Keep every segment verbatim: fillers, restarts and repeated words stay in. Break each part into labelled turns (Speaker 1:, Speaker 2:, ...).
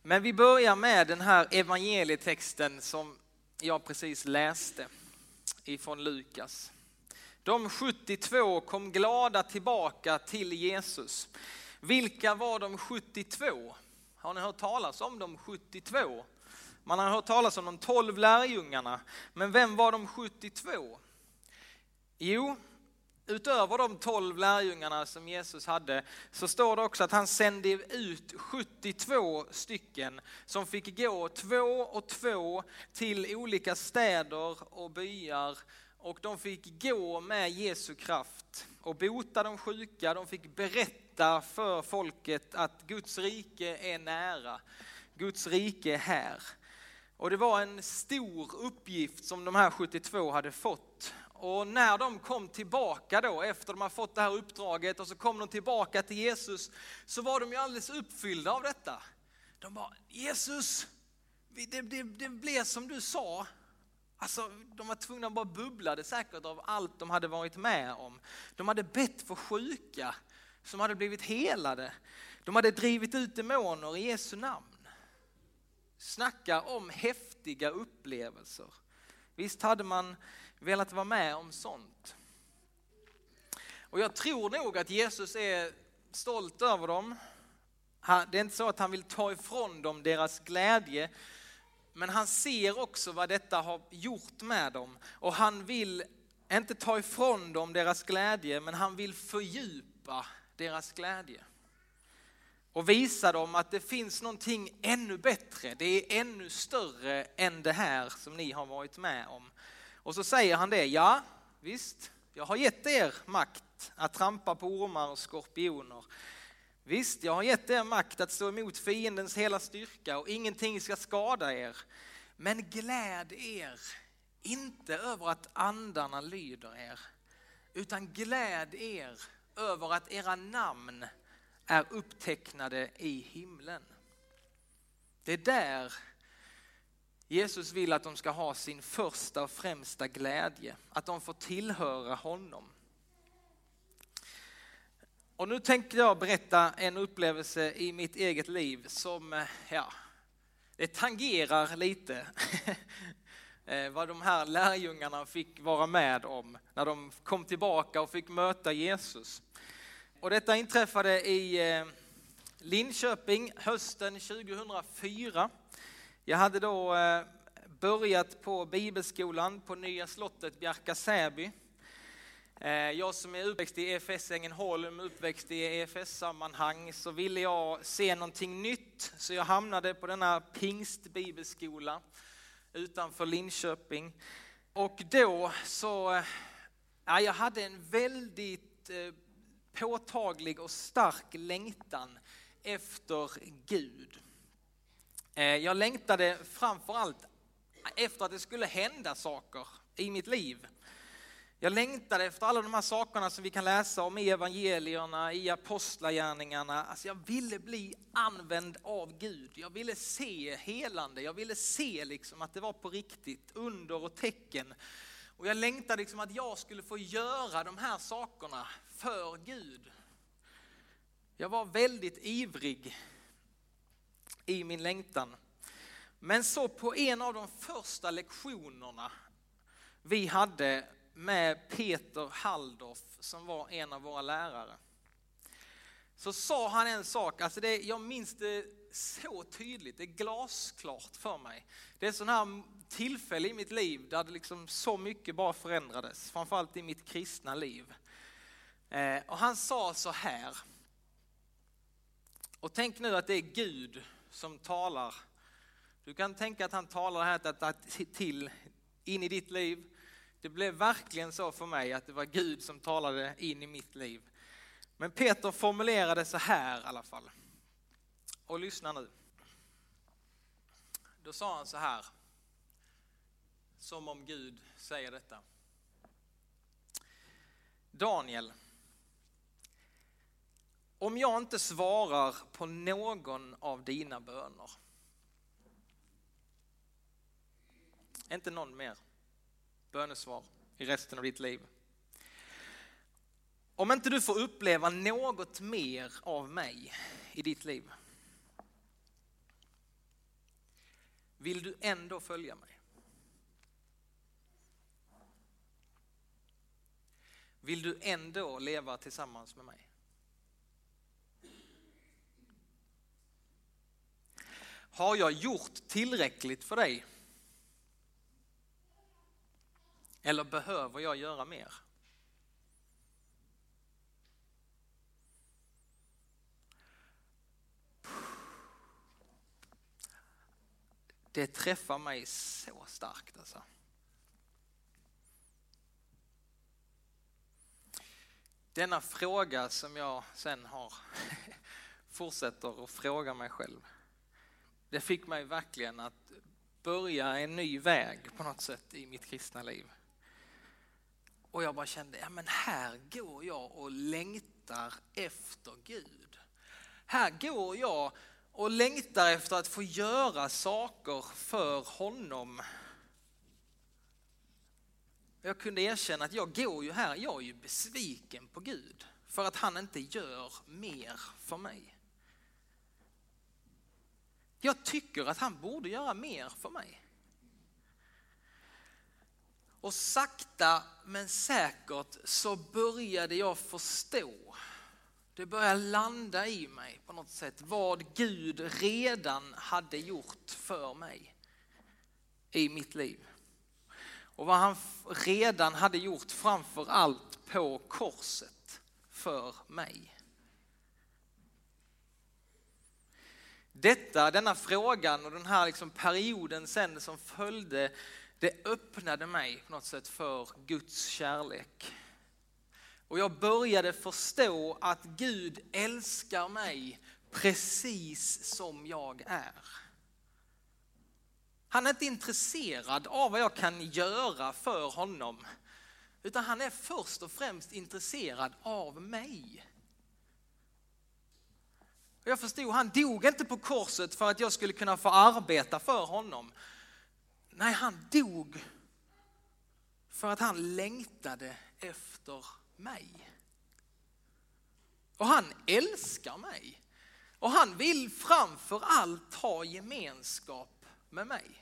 Speaker 1: Men vi börjar med den här evangelietexten som jag precis läste ifrån Lukas. De sjuttiotvå kom glada tillbaka till Jesus. Vilka var de sjuttiotvå? Har ni hört talas om de sjuttiotvå? Man har hört talas om de tolv lärjungarna. Men vem var de sjuttiotvå? Jo, utöver de tolv lärjungarna som Jesus hade så står det också att han sände ut sjuttiotvå stycken som fick gå två och två till olika städer och byar. Och de fick gå med Jesu kraft och bota de sjuka. De fick berätta för folket att Guds rike är nära. Guds rike är här. Och det var en stor uppgift som de här sjuttiotvå hade fått. Och när de kom tillbaka då, efter de har fått det här uppdraget och så kom de tillbaka till Jesus, så var de ju alldeles uppfyllda av detta. De bara, Jesus, det, det, det blev som du sa. Alltså, de var tvungna att bara bubbla det säkert av allt de hade varit med om. De hade bett för sjuka som hade blivit helade. De hade drivit ut demoner i Jesu namn. Snacka om häftiga upplevelser. Visst hade man velat vara med om sånt. Och jag tror nog att Jesus är stolt över dem. Det är inte så att han vill ta ifrån dem deras glädje. Men han ser också vad detta har gjort med dem. Och han vill inte ta ifrån dem deras glädje, men han vill fördjupa deras glädje. Och visa dem att det finns någonting ännu bättre. Det är ännu större än det här som ni har varit med om. Och så säger han det, ja visst, jag har gett er makt att trampa på ormar och skorpioner. Visst, jag har gett er makt att stå emot fiendens hela styrka och ingenting ska skada er. Men gläd er inte över att andarna lyder er, utan gläd er över att era namn är upptecknade i himlen. Det är där Jesus vill att de ska ha sin första och främsta glädje, att de får tillhöra honom. Och nu tänkte jag berätta en upplevelse i mitt eget liv som, ja, det tangerar lite vad de här lärjungarna fick vara med om när de kom tillbaka och fick möta Jesus. Och detta inträffade i Linköping hösten tjugohundrafyra. Jag hade då börjat på bibelskolan på Nya slottet Bjärka-Säby. Jag som är uppväxt i E F S Ängelholm, uppväxt i E F S-sammanhang, så ville jag se någonting nytt. Så jag hamnade på denna pingstbibelskola utanför Linköping. Och då så, ja, jag hade en väldigt påtaglig och stark längtan efter Gud. Jag längtade framförallt efter att det skulle hända saker i mitt liv. Jag längtade efter alla de här sakerna som vi kan läsa om i evangelierna, i apostlagärningarna. Alltså jag ville bli använd av Gud. Jag ville se helande. Jag ville se liksom att det var på riktigt, under och tecken. Och jag längtade liksom att jag skulle få göra de här sakerna för Gud. Jag var väldigt ivrig i min längtan. Men så på en av de första lektionerna vi hade med Peter Halldorf som var en av våra lärare, så sa han en sak, alltså det, jag minns det så tydligt, det är glasklart för mig. Det är sån här tillfälle i mitt liv där det liksom så mycket bara förändrades, framförallt i mitt kristna liv. Eh, och han sa så här, och tänk nu att det är Gud som talar. Du kan tänka att han talar här till in i ditt liv. Det blev verkligen så för mig att det var Gud som talade in i mitt liv. Men Peter formulerade så här i alla fall. Och lyssna nu. Då sa han så här. Som om Gud säger detta. Daniel. Om jag inte svarar på någon av dina böner. Inte någon mer bönesvar i resten av ditt liv. Om inte du får uppleva något mer av mig i ditt liv, Vill du ändå följa mig? Vill du ändå leva tillsammans med mig? Har jag gjort tillräckligt för dig? Eller behöver jag göra mer? Det träffar mig så starkt alltså. Denna fråga som jag sen har fortsätter att fråga mig själv. Det fick mig verkligen att börja en ny väg på något sätt i mitt kristna liv. Och jag bara kände, ja men här går jag och längtar efter Gud. Här går jag och längtar efter att få göra saker för honom. Jag kunde erkänna att jag går ju här, jag är ju besviken på Gud. För att han inte gör mer för mig. Jag tycker att han borde göra mer för mig. Och sakta men säkert så började jag förstå. Det började landa i mig på något sätt vad Gud redan hade gjort för mig i mitt liv. Och vad han redan hade gjort framför allt på korset för mig. Detta, denna frågan och den här liksom perioden sen som följde, det öppnade mig på något sätt för Guds kärlek. Och jag började förstå att Gud älskar mig precis som jag är. Han är inte intresserad av vad jag kan göra för honom. Utan han är först och främst intresserad av mig. Och jag förstod, han dog inte på korset för att jag skulle kunna få arbeta för honom. Nej, han dog för att han längtade efter mig. Och han älskar mig. Och han vill framför allt ha gemenskap med mig.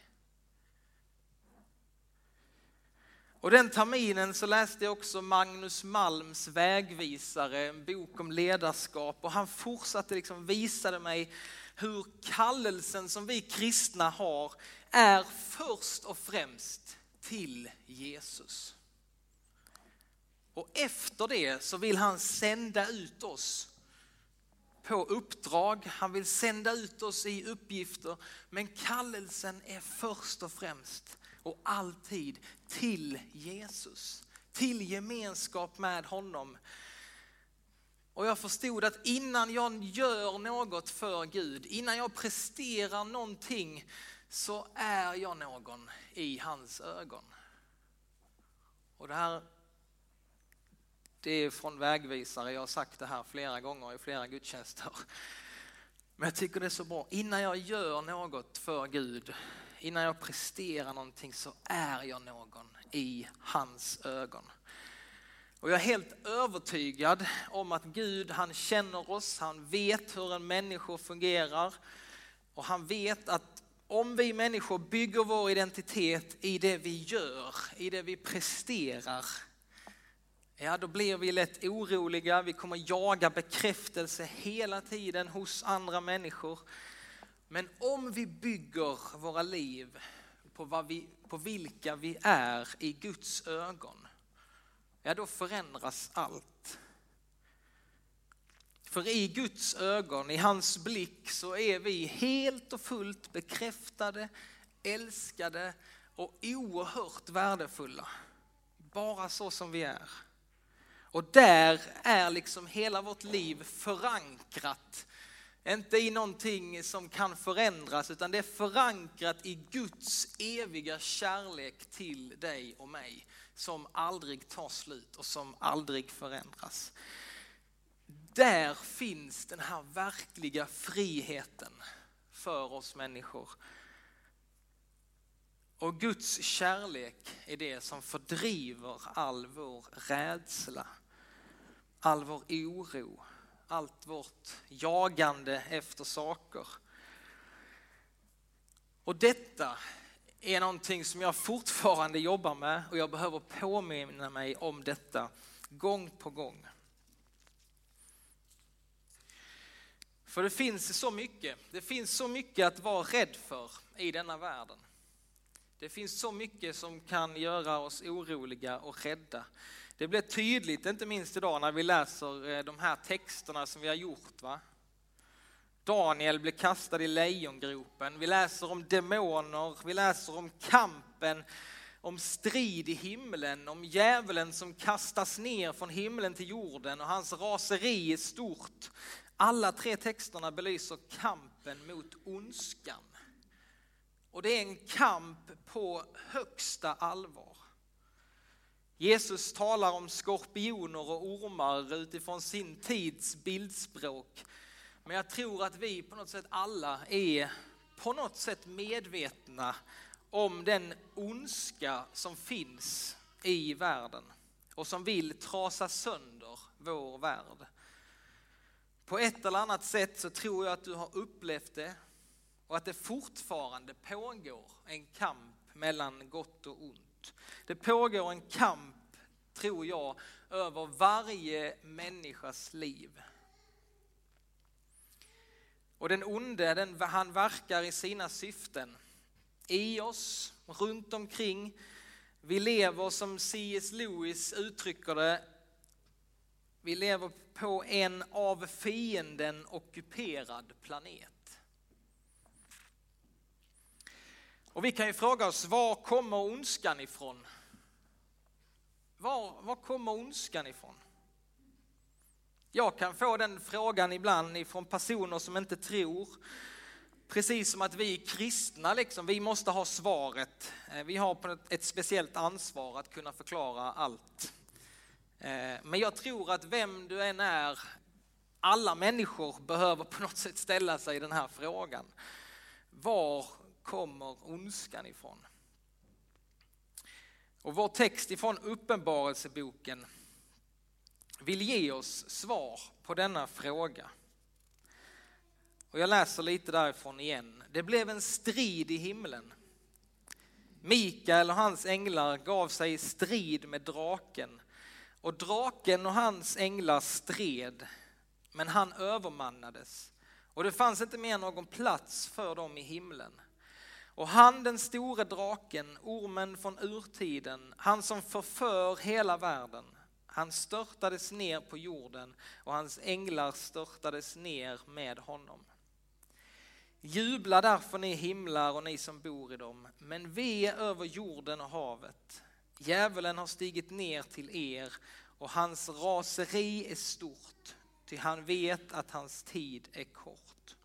Speaker 1: Och den terminen så läste jag också Magnus Malms Vägvisare, en bok om ledarskap. Och han fortsatte liksom visade mig hur kallelsen som vi kristna har är först och främst till Jesus. Och efter det så vill han sända ut oss på uppdrag. Han vill sända ut oss i uppgifter. Men kallelsen är först och främst och alltid till Jesus. Till gemenskap med honom. Och jag förstod att innan jag gör något för Gud, innan jag presterar någonting, så är jag någon i hans ögon. Och det här, det är från Vägvisare. Jag har sagt det här flera gånger i flera gudstjänster. Men jag tycker det är så bra. Innan jag gör något för Gud, innan jag presterar någonting, så är jag någon i hans ögon. Och jag är helt övertygad om att Gud, han känner oss, han vet hur en människa fungerar. Och han vet att om vi människor bygger vår identitet i det vi gör, i det vi presterar, ja, då blir vi lätt oroliga. Vi kommer jaga bekräftelse hela tiden hos andra människor. Men om vi bygger våra liv på, vad vi, på vilka vi är i Guds ögon, ja, då förändras allt. För i Guds ögon, i hans blick, så är vi helt och fullt bekräftade, älskade och oerhört värdefulla. Bara så som vi är. Och där är liksom hela vårt liv förankrat. Inte i någonting som kan förändras, utan det är förankrat i Guds eviga kärlek till dig och mig. Som aldrig tar slut och som aldrig förändras. Där finns den här verkliga friheten för oss människor. Och Guds kärlek är det som fördriver all vår rädsla, all vår oro, allt vårt jagande efter saker. Och detta är någonting som jag fortfarande jobbar med, och jag behöver påminna mig om detta gång på gång. För det finns så mycket, det finns så mycket att vara rädd för i denna världen. Det finns så mycket som kan göra oss oroliga och rädda. Det blir tydligt, inte minst idag när vi läser de här texterna som vi har gjort, va? Daniel blir kastad i lejongropen. Vi läser om demoner, vi läser om kampen, om strid i himlen, om djävulen som kastas ner från himlen till jorden och hans raseri är stort. Alla tre texterna belyser kampen mot ondskan. Och det är en kamp på högsta allvar. Jesus talar om skorpioner och ormar utifrån sin tids bildspråk. Men jag tror att vi på något sätt alla är på något sätt medvetna om den ondska som finns i världen och som vill trasa sönder vår värld. På ett eller annat sätt så tror jag att du har upplevt det och att det fortfarande pågår en kamp mellan gott och ont. Det pågår en kamp, tror jag, över varje människas liv. Och den onde, den, han verkar i sina syften. I oss, runt omkring. Vi lever som C S Lewis uttrycker det. Vi lever på en av fienden ockuperad planet. Och vi kan ju fråga oss, var kommer ondskan ifrån? Var, var kommer ondskan ifrån? Jag kan få den frågan ibland ifrån personer som inte tror. Precis som att vi kristna, liksom, vi måste ha svaret. Vi har på ett speciellt ansvar att kunna förklara allt. Men jag tror att vem du än är, alla människor behöver på något sätt ställa sig den här frågan. Var kommer ondskan ifrån? Och vår text ifrån Uppenbarelseboken vill ge oss svar på denna fråga. Och jag läser lite därifrån igen. Det blev en strid i himlen. Mikael och hans änglar gav sig i strid med draken. Och draken och hans änglar stred, men han övermannades. Och det fanns inte mer någon plats för dem i himlen. Och han, den store draken, ormen från urtiden, han som förför hela världen, han störtades ner på jorden och hans änglar störtades ner med honom. Jubla därför ni himlar och ni som bor i dem, men ve över jorden och havet. Djävulen har stigit ner till er och hans raseri är stort, ty han vet att hans tid är kort.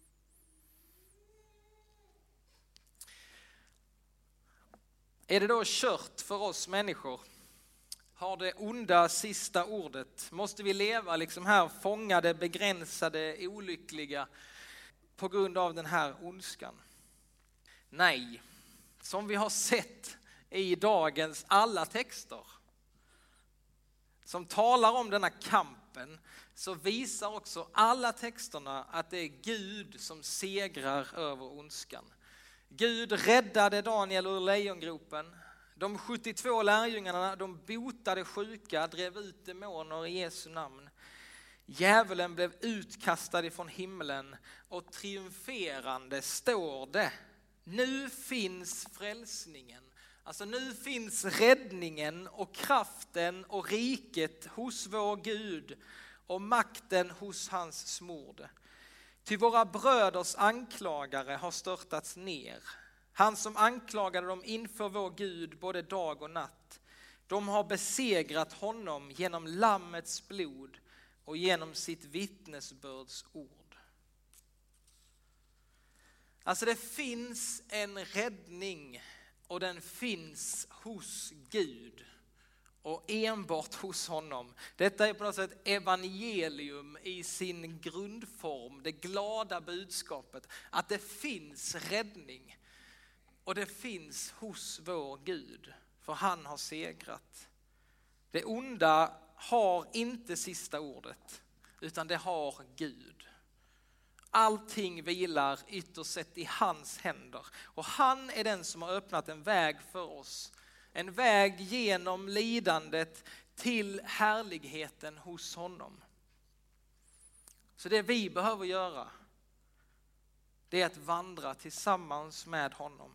Speaker 1: Är det då kört för oss människor? Har det onda sista ordet? Måste vi leva liksom här fångade, begränsade, olyckliga på grund av den här ondskan? Nej, som vi har sett i dagens alla texter som talar om denna kampen, så visar också alla texterna att det är Gud som segrar över ondskan. Gud räddade Daniel ur lejongropen. De sjuttiotvå lärjungarna, de botade sjuka, drev ut demoner i Jesu namn. Djävulen blev utkastad ifrån himlen och triumferande står det: nu finns frälsningen. Alltså nu finns räddningen och kraften och riket hos vår Gud och makten hos hans smorde. Ty våra bröders anklagare har störtats ner. Han som anklagade dem inför vår Gud både dag och natt. De har besegrat honom genom lammets blod och genom sitt vittnesbörds ord. Alltså det finns en räddning och den finns hos Gud och enbart hos honom. Detta är på något sätt evangelium i sin grundform, det glada budskapet att det finns räddning och det finns hos vår Gud, för han har segrat. Det onda har inte sista ordet, utan det har Gud. Allting vilar ytterst sett i hans händer. Och han är den som har öppnat en väg för oss. En väg genom lidandet till härligheten hos honom. Så det vi behöver göra, det är att vandra tillsammans med honom.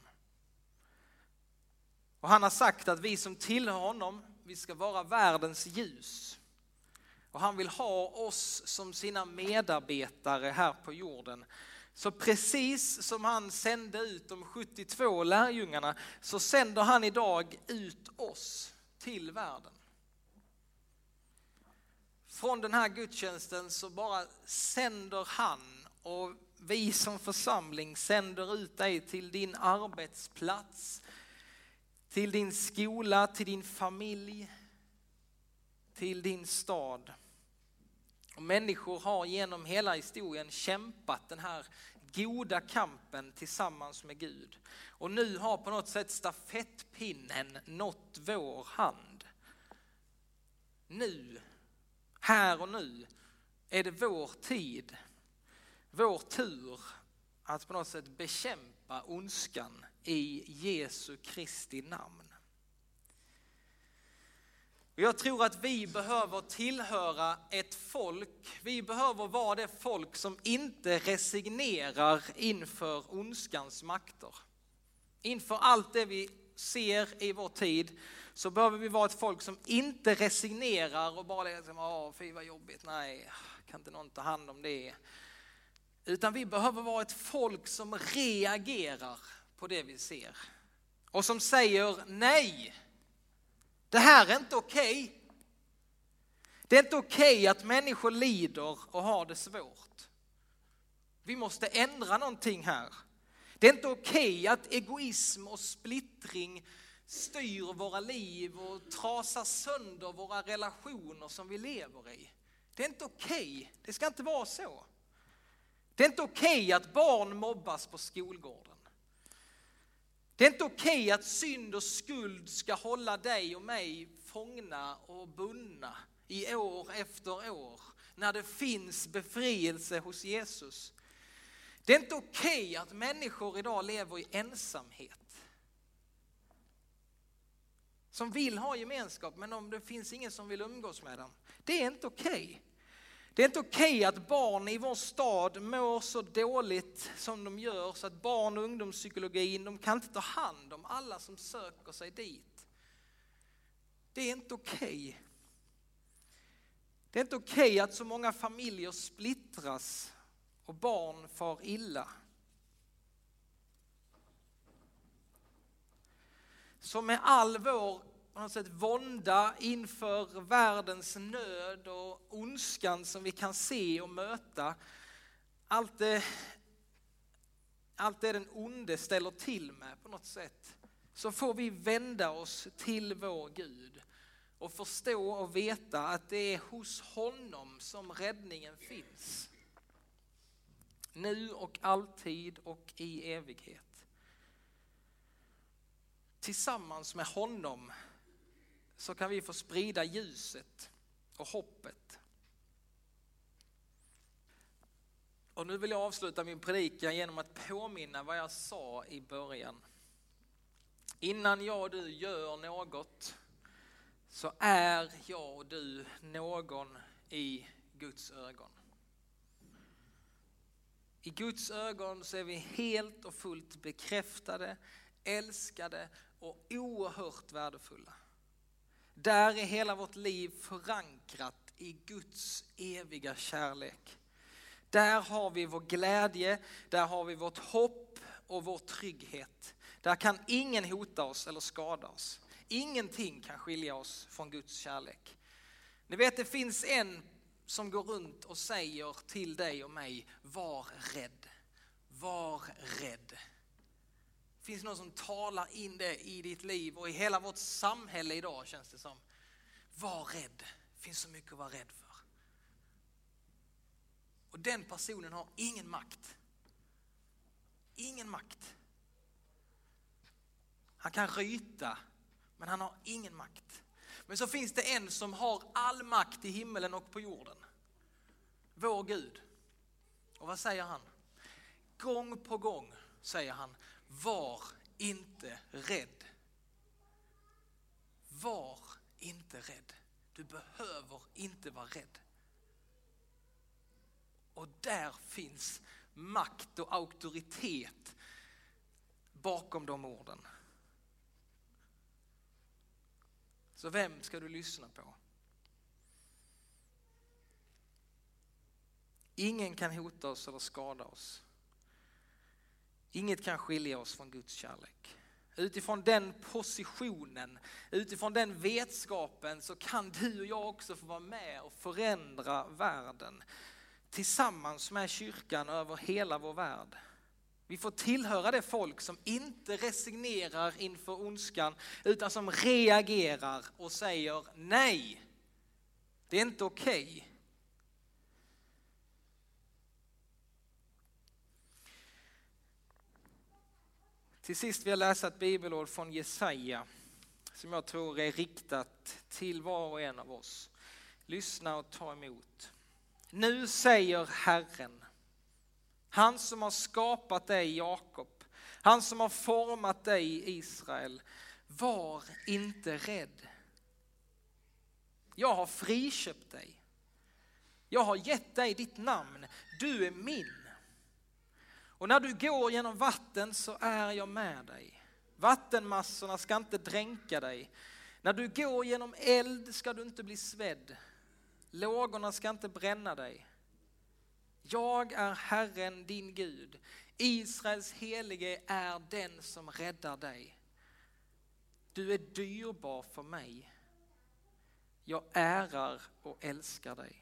Speaker 1: Och han har sagt att vi som tillhör honom, vi ska vara världens ljus. Och han vill ha oss som sina medarbetare här på jorden. Så precis som han sände ut de sjuttiotvå lärjungarna, så sänder han idag ut oss till världen. Från den här gudstjänsten så bara sänder han, och vi som församling sänder ut dig till din arbetsplats, till din skola, till din familj, till din stad. Och människor har genom hela historien kämpat den här goda kampen tillsammans med Gud. Och nu har på något sätt stafettpinnen nått vår hand. Nu, här och nu, är det vår tid, vår tur att på något sätt bekämpa ondskan i Jesu Kristi namn. Jag tror att vi behöver tillhöra ett folk, vi behöver vara det folk som inte resignerar inför ondskans makter. Inför allt det vi ser i vår tid så behöver vi vara ett folk som inte resignerar och bara liksom, åh fy vad jobbigt, nej, kan inte någon ta hand om det. Utan vi behöver vara ett folk som reagerar på det vi ser. Och som säger nej. Det här är inte okej. Det är inte okej att människor lider och har det svårt. Vi måste ändra någonting här. Det är inte okej att egoism och splittring styr våra liv och trasar sönder våra relationer som vi lever i. Det är inte okej. Det ska inte vara så. Det är inte okej att barn mobbas på skolgården. Det är inte okej att synd och skuld ska hålla dig och mig fångna och bundna i år efter år när det finns befrielse hos Jesus. Det är inte okej att människor idag lever i ensamhet. Som vill ha gemenskap men om det finns ingen som vill umgås med dem. Det är inte okej. Det är inte okej att barn i vår stad mår så dåligt som de gör så att barn- och ungdomspsykologin, de kan inte ta hand om alla som söker sig dit. Det är inte okej. Det är inte okej att så många familjer splittras och barn far illa. Så med all vår på något sätt vånda inför världens nöd och ondskan som vi kan se och möta, allt det, allt det den onde ställer till med på något sätt, så får vi vända oss till vår Gud och förstå och veta att det är hos honom som räddningen finns. Nu och alltid och i evighet. Tillsammans med honom så kan vi få sprida ljuset och hoppet. Och nu vill jag avsluta min predikan genom att påminna vad jag sa i början. Innan jag och du gör något så är jag och du någon i Guds ögon. I Guds ögon så är vi helt och fullt bekräftade, älskade och oerhört värdefulla. Där är hela vårt liv förankrat i Guds eviga kärlek. Där har vi vår glädje, där har vi vårt hopp och vår trygghet. Där kan ingen hota oss eller skada oss. Ingenting kan skilja oss från Guds kärlek. Ni vet, det finns en som går runt och säger till dig och mig, var rädd, var rädd. Det finns någon som talar in det i ditt liv och i hela vårt samhälle idag känns det som. Var rädd, det finns så mycket att vara rädd för. Och den personen har ingen makt. Ingen makt. Han kan ryta, men han har ingen makt. Men så finns det en som har all makt i himmelen och på jorden. Vår Gud. Och vad säger han? Gång på gång säger han, var inte rädd. Var inte rädd. Du behöver inte vara rädd. Och där finns makt och auktoritet bakom de orden. Så vem ska du lyssna på? Ingen kan hota oss eller skada oss. Inget kan skilja oss från Guds kärlek. Utifrån den positionen, utifrån den vetskapen så kan du och jag också få vara med och förändra världen. Tillsammans med kyrkan över hela vår värld. Vi får tillhöra det folk som inte resignerar inför ondskan utan som reagerar och säger nej. Det är inte okej. Till sist vill jag läsa ett bibelord från Jesaja som jag tror är riktat till var och en av oss. Lyssna och ta emot. Nu säger Herren, han som har skapat dig Jakob, han som har format dig Israel, var inte rädd. Jag har friköpt dig. Jag har gett dig ditt namn. Du är min. Och när du går genom vatten så är jag med dig. Vattenmassorna ska inte dränka dig. När du går genom eld ska du inte bli svedd. Lågorna ska inte bränna dig. Jag är Herren din Gud. Israels helige är den som räddar dig. Du är dyrbar för mig. Jag ärar och älskar dig.